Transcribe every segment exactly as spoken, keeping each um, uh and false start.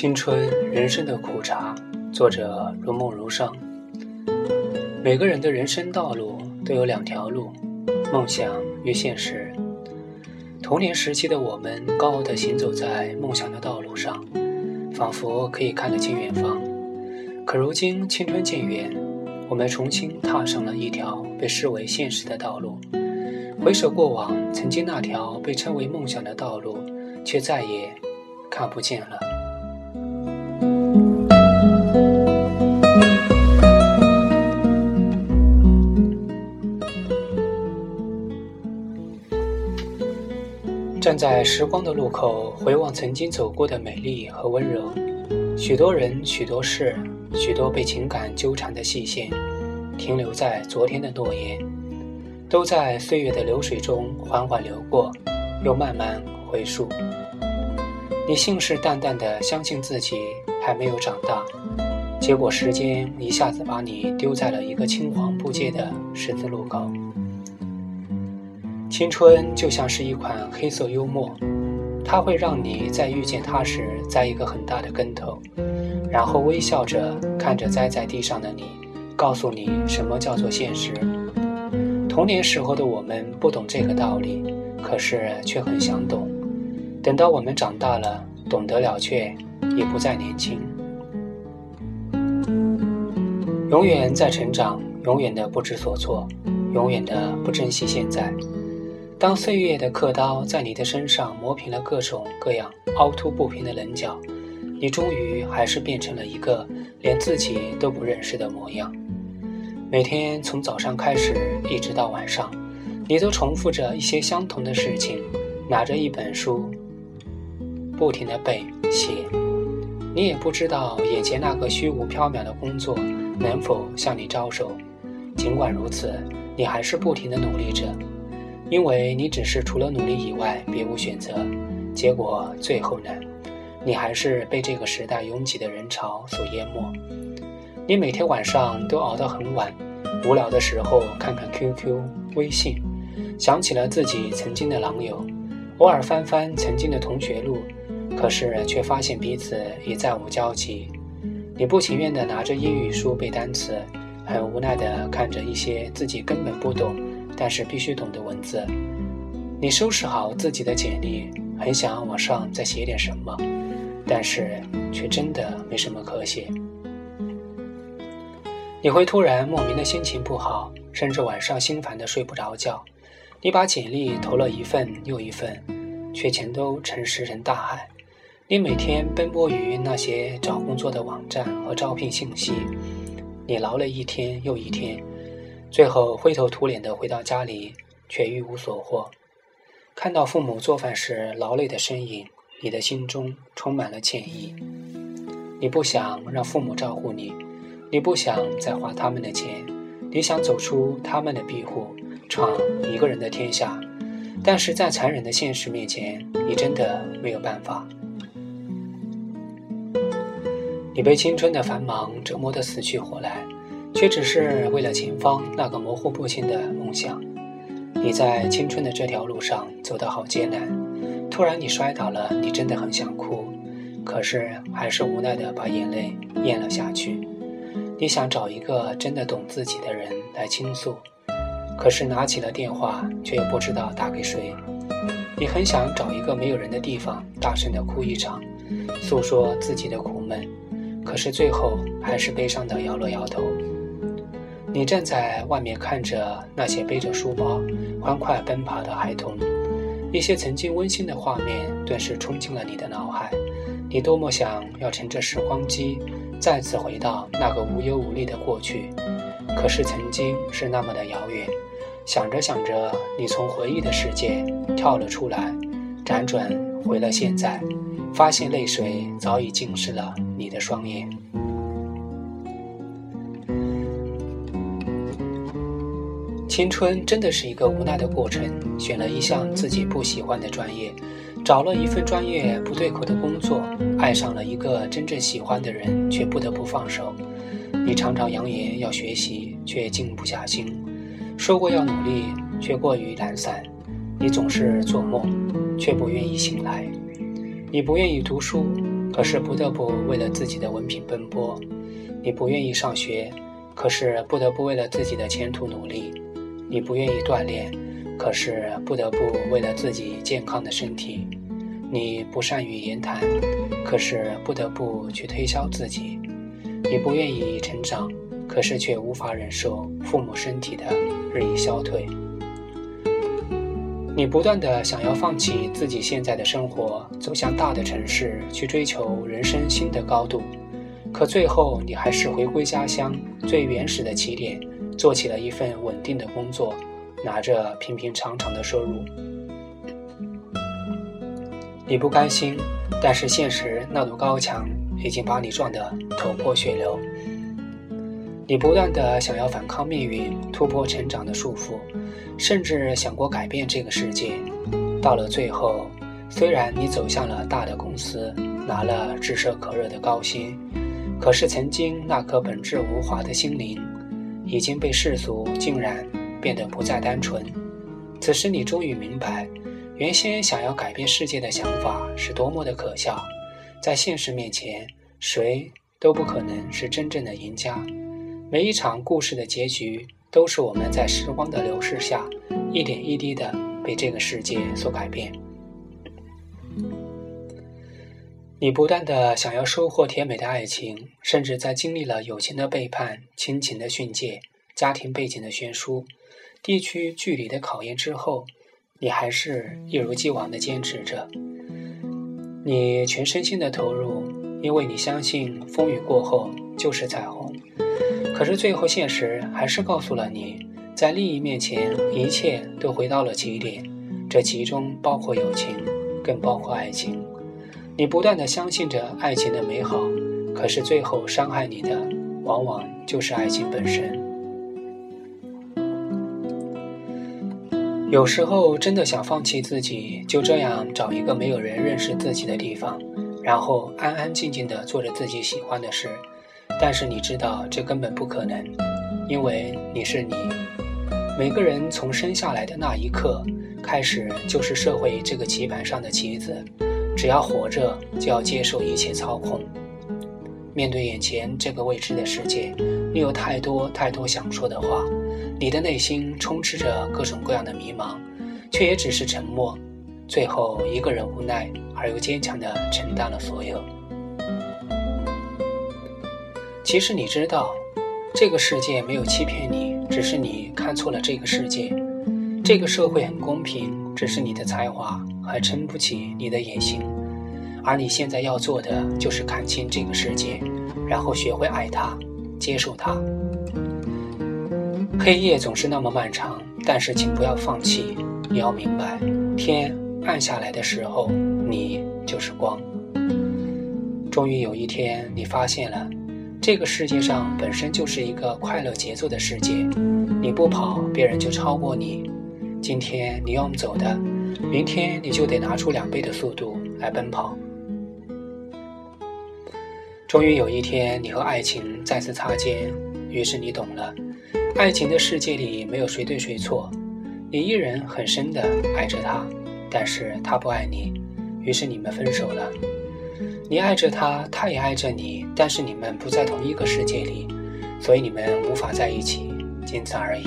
青春，人生的苦茶，作者如梦如声。每个人的人生道路都有两条路，梦想与现实。童年时期的我们高傲地行走在梦想的道路上，仿佛可以看得清远方。可如今青春渐远，我们重新踏上了一条被视为现实的道路。回首过往，曾经那条被称为梦想的道路，却再也看不见了。站在时光的路口，回望曾经走过的美丽和温柔，许多人、许多事、许多被情感纠缠的细线，停留在昨天的诺言，都在岁月的流水中缓缓流过，又慢慢回溯。你信誓旦旦地相信自己还没有长大，结果时间一下子把你丢在了一个青黄不接的十字路口。青春就像是一款黑色幽默，它会让你在遇见它时栽一个很大的跟头，然后微笑着看着栽在地上的你，告诉你什么叫做现实。童年时候的我们不懂这个道理，可是却很想懂。等到我们长大了，懂得了却也不再年轻。永远在成长，永远的不知所措，永远的不珍惜现在。当岁月的刻刀在你的身上磨平了各种各样凹凸不平的棱角，你终于还是变成了一个连自己都不认识的模样。每天从早上开始一直到晚上，你都重复着一些相同的事情，拿着一本书不停地背写。你也不知道眼前那个虚无缥缈的工作能否向你招手，尽管如此，你还是不停地努力着，因为你只是除了努力以外别无选择。结果最后呢，你还是被这个时代拥挤的人潮所淹没。你每天晚上都熬得很晚，无聊的时候看看 Q Q 微信，想起了自己曾经的狼友，偶尔翻翻曾经的同学录，可是却发现彼此也再无交集。你不情愿地拿着英语书背单词，很无奈地看着一些自己根本不懂但是必须懂的文字。你收拾好自己的简历，很想往上再写点什么，但是却真的没什么可写。你会突然莫名的心情不好，甚至晚上心烦的睡不着觉。你把简历投了一份又一份，却全都成石沉大海。你每天奔波于那些找工作的网站和招聘信息，你劳累一天又一天，最后灰头土脸地回到家里，却一无所获。看到父母做饭时劳累的身影，你的心中充满了歉意。你不想让父母照顾你，你不想再花他们的钱，你想走出他们的庇护，闯一个人的天下，但是在残忍的现实面前，你真的没有办法。你被青春的繁忙折磨得死去活来，却只是为了前方那个模糊不清的梦想。你在青春的这条路上走得好艰难，突然你摔倒了，你真的很想哭，可是还是无奈地把眼泪咽了下去。你想找一个真的懂自己的人来倾诉，可是拿起了电话，却又不知道打给谁。你很想找一个没有人的地方，大声地哭一场，诉说自己的苦闷，可是最后还是悲伤地摇了摇头。你站在外面看着那些背着书包欢快奔跑的孩童，一些曾经温馨的画面顿时冲进了你的脑海。你多么想要乘着时光机再次回到那个无忧无虑的过去，可是曾经是那么的遥远。想着想着，你从回忆的世界跳了出来，辗转回了现在，发现泪水早已浸湿了你的双眼。青春真的是一个无奈的过程，选了一项自己不喜欢的专业，找了一份专业不对口的工作，爱上了一个真正喜欢的人，却不得不放手。你常常扬言要学习，却静不下心，说过要努力，却过于懒散。你总是做梦，却不愿意醒来。你不愿意读书， 可是不得不为了自己的文凭奔波；你不愿意上学，可是不得不为了自己的前途努力；你不愿意锻炼，可是不得不为了自己健康的身体；你不善于言谈，可是不得不去推销自己；你不愿意成长，可是却无法忍受父母身体的日益消退。你不断地想要放弃自己现在的生活，走向大的城市去追求人生新的高度，可最后你还是回归家乡最原始的起点，做起了一份稳定的工作，拿着平平常常的收入。你不甘心，但是现实那堵高墙已经把你撞得头破血流。你不断地想要反抗命运，突破成长的束缚，甚至想过改变这个世界。到了最后，虽然你走向了大的公司，拿了炙手可热的高薪，可是曾经那颗本质无华的心灵已经被世俗浸染，变得不再单纯。此时你终于明白，原先想要改变世界的想法是多么的可笑。在现实面前，谁都不可能是真正的赢家。每一场故事的结局，都是我们在时光的流逝下，一点一滴地被这个世界所改变。你不断地想要收获甜美的爱情，甚至在经历了友情的背叛、亲情的训诫、家庭背景的悬殊、地区距离的考验之后，你还是一如既往地坚持着。你全身心的投入，因为你相信风雨过后就是彩虹。可是最后现实还是告诉了你，在利益面前，一切都回到了起点。这其中包括友情，更包括爱情。你不断地相信着爱情的美好，可是最后伤害你的，往往就是爱情本身。有时候真的想放弃自己，就这样找一个没有人认识自己的地方，然后安安静静地做着自己喜欢的事。但是你知道这根本不可能，因为你是你。每个人从生下来的那一刻开始，就是社会这个棋盘上的棋子，只要活着就要接受一切操控。面对眼前这个未知的世界，你有太多太多想说的话，你的内心充斥着各种各样的迷茫，却也只是沉默。最后一个人无奈而又坚强地承担了所有。其实你知道，这个世界没有欺骗你，只是你看错了这个世界。这个社会很公平，只是你的才华还撑不起你的野心。而你现在要做的就是看清这个世界，然后学会爱它，接受它。黑夜总是那么漫长，但是请不要放弃。你要明白，天暗下来的时候，你就是光。终于有一天，你发现了这个世界上本身就是一个快乐节奏的世界，你不跑，别人就超过你。今天你用走的，明天你就得拿出两倍的速度来奔跑。终于有一天，你和爱情再次擦肩，于是你懂了，爱情的世界里没有谁对谁错，你依然很深的爱着他，但是他不爱你，于是你们分手了。你爱着他，他也爱着你，但是你们不在同一个世界里，所以你们无法在一起，仅此而已。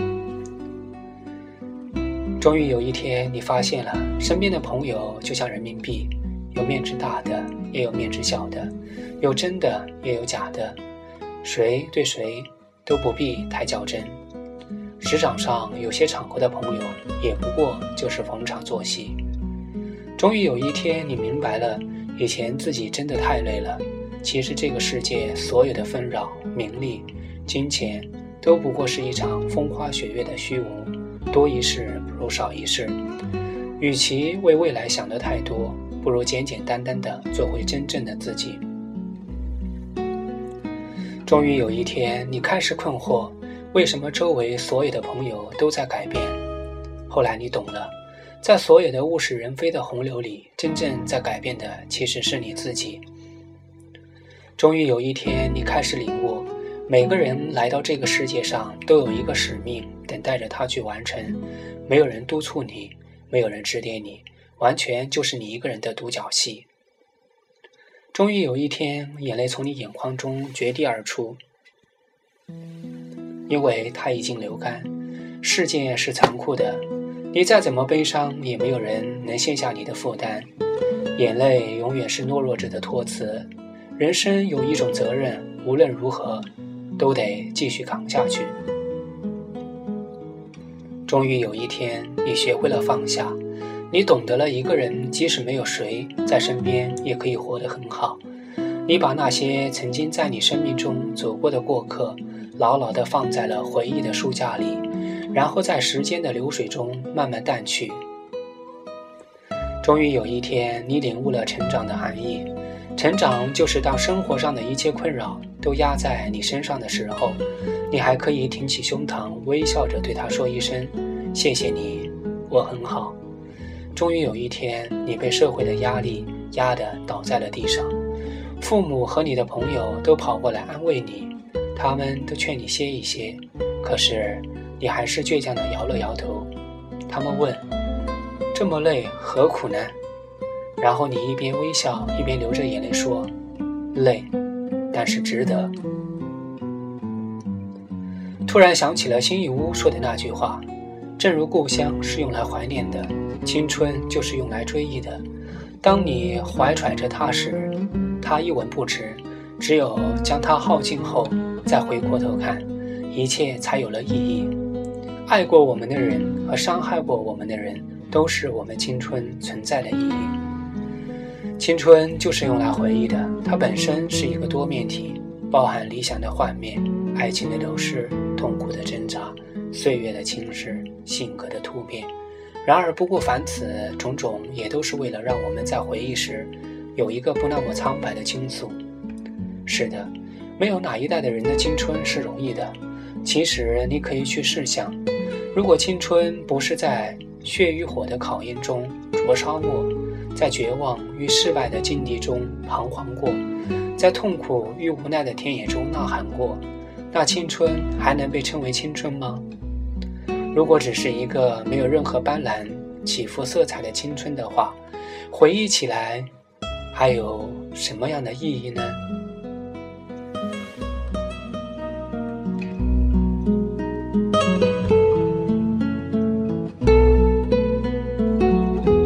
终于有一天，你发现了身边的朋友就像人民币，有面值大的，也有面值小的，有真的，也有假的，谁对谁都不必太较真。职场上有些场合的朋友，也不过就是逢场作戏。终于有一天，你明白了，以前自己真的太累了，其实这个世界所有的纷扰、名利、金钱都不过是一场风花雪月的虚无，多一事不如少一事。与其为未来想得太多，不如简简单单地做回真正的自己。终于有一天，你开始困惑，为什么周围所有的朋友都在改变？后来你懂了，在所有的物是人非的洪流里，真正在改变的其实是你自己。终于有一天，你开始领悟，每个人来到这个世界上都有一个使命等待着他去完成，没有人督促你，没有人指点你，完全就是你一个人的独角戏。 终于有一天，眼泪从你眼眶中决堤而出，因为它已经流干。世界是残酷的，你再怎么悲伤，也没有人能卸下你的负担。眼泪永远是懦弱者的托词。人生有一种责任，无论如何都得继续扛下去。终于有一天，你学会了放下，你懂得了一个人即使没有谁在身边也可以活得很好。你把那些曾经在你生命中走过的过客牢牢地放在了回忆的书架里，然后在时间的流水中慢慢淡去。终于有一天，你领悟了成长的含义。成长就是当生活上的一切困扰都压在你身上的时候，你还可以挺起胸膛，微笑着对他说一声谢谢你，我很好。终于有一天，你被社会的压力压得倒在了地上，父母和你的朋友都跑过来安慰你，他们都劝你歇一歇，可是你还是倔强地摇了摇头。他们问，这么累何苦呢？然后你一边微笑一边流着眼泪说，累，但是值得。突然想起了辛义乌说的那句话，正如故乡是用来怀念的，青春就是用来追忆的。当你怀揣着它时，它一文不值，只有将它耗尽后再回过头看，一切才有了意义。爱过我们的人和伤害过我们的人，都是我们青春存在的意义。青春就是用来回忆的，它本身是一个多面体，包含理想的幻灭、爱情的流逝、痛苦的挣扎、岁月的侵蚀、性格的突变。然而不过凡此种种，也都是为了让我们在回忆时有一个不那么苍白的倾诉。是的，没有哪一代的人的青春是容易的。其实你可以去试想，如果青春不是在血与火的考验中灼烧过，在绝望与失败的境地中彷徨过，在痛苦与无奈的田野中呐喊过，那青春还能被称为青春吗？如果只是一个没有任何斑斓起伏色彩的青春的话，回忆起来还有什么样的意义呢？